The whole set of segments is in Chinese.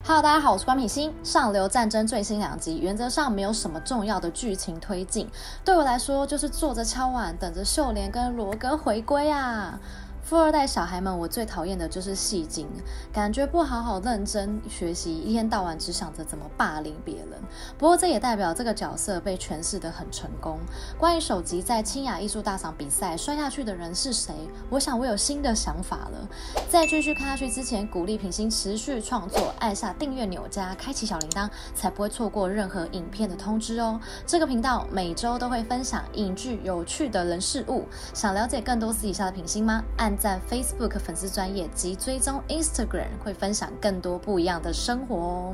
Hello， 大家好，我是关品欣。上流战争最新2集，原则上没有什么重要的剧情推进，对我来说就是坐着敲碗，等着秀莲跟罗根回归啊。富二代小孩们，我最讨厌的就是戏精，感觉不好好认真学习，一天到晚只想着怎么霸凌别人。不过这也代表这个角色被诠释得很成功。关于首集在清雅艺术大赏比赛摔下去的人是谁，我想我有新的想法了。在继续看下去之前，鼓励品欣持续创作，按下订阅钮加开启小铃铛，才不会错过任何影片的通知哦。这个频道每周都会分享影剧有趣的人事物，想了解更多私底下的品欣吗？按赞 Facebook 粉丝专页及追踪 Instagram， 会分享更多不一样的生活哦。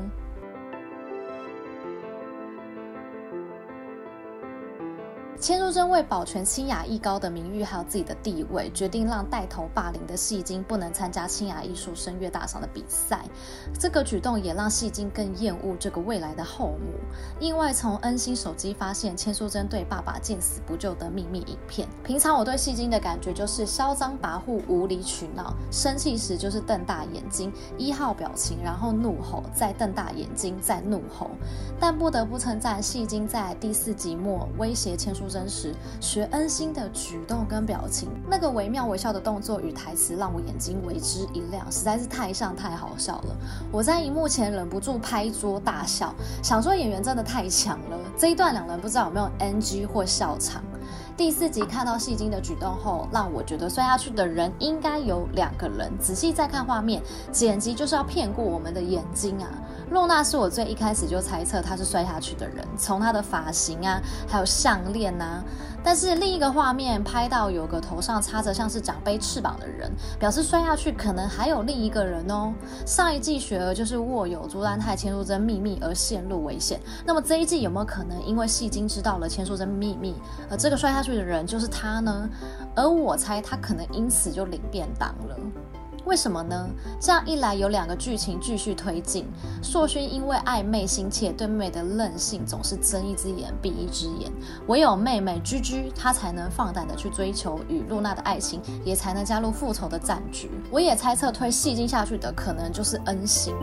千书真为保全清雅艺高的名誉还有自己的地位，决定让带头霸凌的戏精不能参加清雅艺术声乐大赏的比赛。这个举动也让戏精更厌恶这个未来的后母。意外从恩星手机发现千书真对爸爸见死不救的秘密影片。平常我对戏精的感觉就是嚣张跋扈、无理取闹，生气时就是瞪大眼睛，1号表情，然后怒吼，再瞪大眼睛，再怒吼。但不得不称赞戏精在第4集末威胁千书真时学恩星的举动跟表情，那个惟妙惟肖的动作与台词让我眼睛为之一亮，实在是太像太好笑了。我在荧幕前忍不住拍桌大笑，想说演员真的太强了。这一段2人不知道有没有 NG 或笑场。第4集看到戏精的举动后，让我觉得摔下去的人应该有2个人。仔细再看画面，剪辑就是要骗过我们的眼睛啊！露娜是我最一开始就猜测她是摔下去的人，从她的发型啊，还有项链啊。但是另一个画面拍到有个头上插着像是奖杯翅膀的人，表示摔下去可能还有另一个人哦。上一季雪儿就是握有朱丹泰、千书真秘密而陷入危险，那么这一季有没有可能因为戏精知道了千书真秘密，而这个摔下去的人就是他呢？而我猜他可能因此就领便当了。为什么呢？这样一来有2个剧情继续推进。硕勋因为暧昧心切，对妹妹的任性总是睁一只眼闭一只眼，唯有妹妹居居，她才能放胆的去追求与露娜的爱情，也才能加入复仇的战局。我也猜测推戏精下去的可能就是恩星。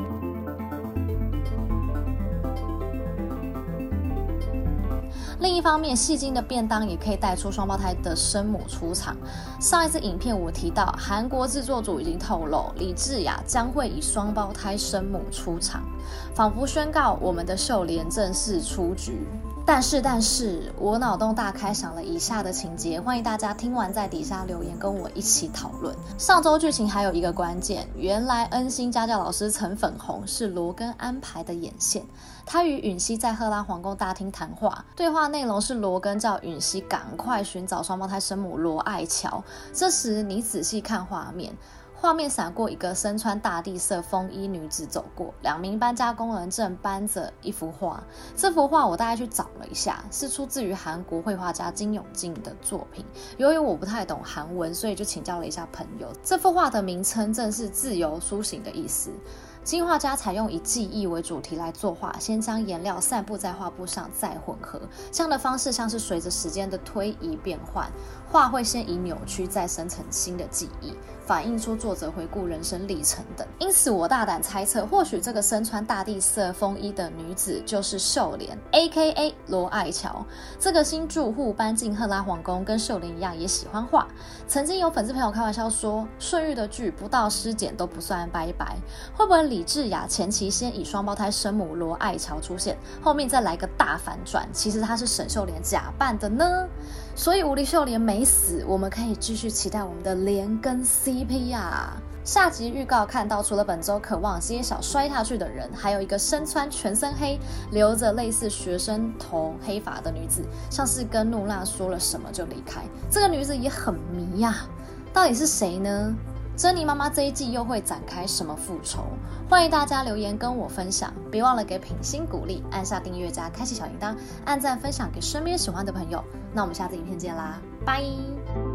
另一方面，戏精的便当也可以带出双胞胎的生母出场。上一次影片我提到，韩国制作组已经透露，李智雅将会以双胞胎生母出场，仿佛宣告我们的秀莲正式出局。但是，我脑洞大开，想了以下的情节，欢迎大家听完在底下留言跟我一起讨论。上周剧情还有一个关键，原来恩星家教老师陈粉红是罗根安排的眼线，他与允熙在赫拉皇宫大厅谈话，对话内容是罗根叫允熙赶快寻找双胞胎生母罗爱乔。这时你仔细看画面，画面闪过一个身穿大地色风衣女子走过，2名搬家工人正搬着一幅画。这幅画我大概去找了一下，是出自于韩国绘画家金永进的作品。由于我不太懂韩文，所以就请教了一下朋友。这幅画的名称正是自由苏醒的意思。金画家采用以记忆为主题来作画，先将颜料散布在画布上，再混合。这样的方式像是随着时间的推移变换，画会先以扭曲再生成新的记忆，反映出作者回顾人生历程等。因此我大胆猜测，或许这个身穿大地色风衣的女子就是秀莲 AKA 罗爱乔。这个新住户搬进赫拉皇宫，跟秀莲一样也喜欢画。曾经有粉丝朋友开玩笑说，顺玉的剧不到尸检都不算拜拜。会不会李智雅前期先以双胞胎生母罗爱乔出现，后面再来个大反转，其实她是沈秀莲假扮的呢？所以无敌秀莲没死，我们可以继续期待我们的莲根 CP 啊！下集预告看到，除了本周渴望揭晓摔下去的人，还有一个身穿全身黑、留着类似学生头黑发的女子，像是跟露娜说了什么就离开。这个女子也很迷啊，到底是谁呢？珍妮妈妈这一季又会展开什么复仇？欢迎大家留言跟我分享，别忘了给品欣鼓励，按下订阅加开启小铃铛，按赞分享给身边喜欢的朋友。那我们下次影片见啦，拜！